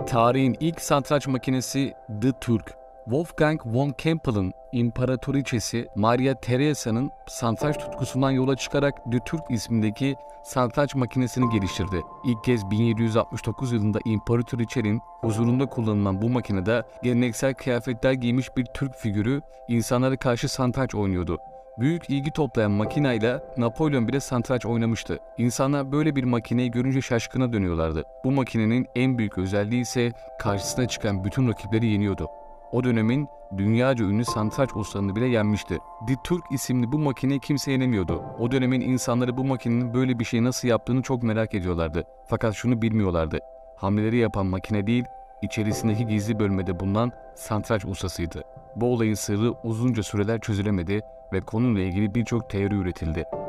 Tarihin ilk satranç makinesi The Turk. Wolfgang von Kempel'in imparatoriçesi Maria Theresa'nın satranç tutkusundan yola çıkarak The Turk ismindeki satranç makinesini geliştirdi. İlk kez 1769 yılında imparatoriçenin huzurunda kullanılan bu makinede geleneksel kıyafetler giymiş bir Türk figürü insanlara karşı satranç oynuyordu. Büyük ilgi toplayan makinayla Napolyon bile satranç oynamıştı. İnsanlar böyle bir makineyi görünce şaşkına dönüyorlardı. Bu makinenin en büyük özelliği ise karşısına çıkan bütün rakipleri yeniyordu. O dönemin dünyaca ünlü satranç ustalarını bile yenmişti. The Turk isimli bu makineyi kimse yenemiyordu. O dönemin insanları bu makinenin böyle bir şey nasıl yaptığını çok merak ediyorlardı. Fakat şunu bilmiyorlardı. Hamleleri yapan makine değil, içerisindeki gizli bölmede bulunan satranç ustasıydı. Bu olayın sırrı uzunca süreler çözülemedi ve konuyla ilgili birçok teori üretildi.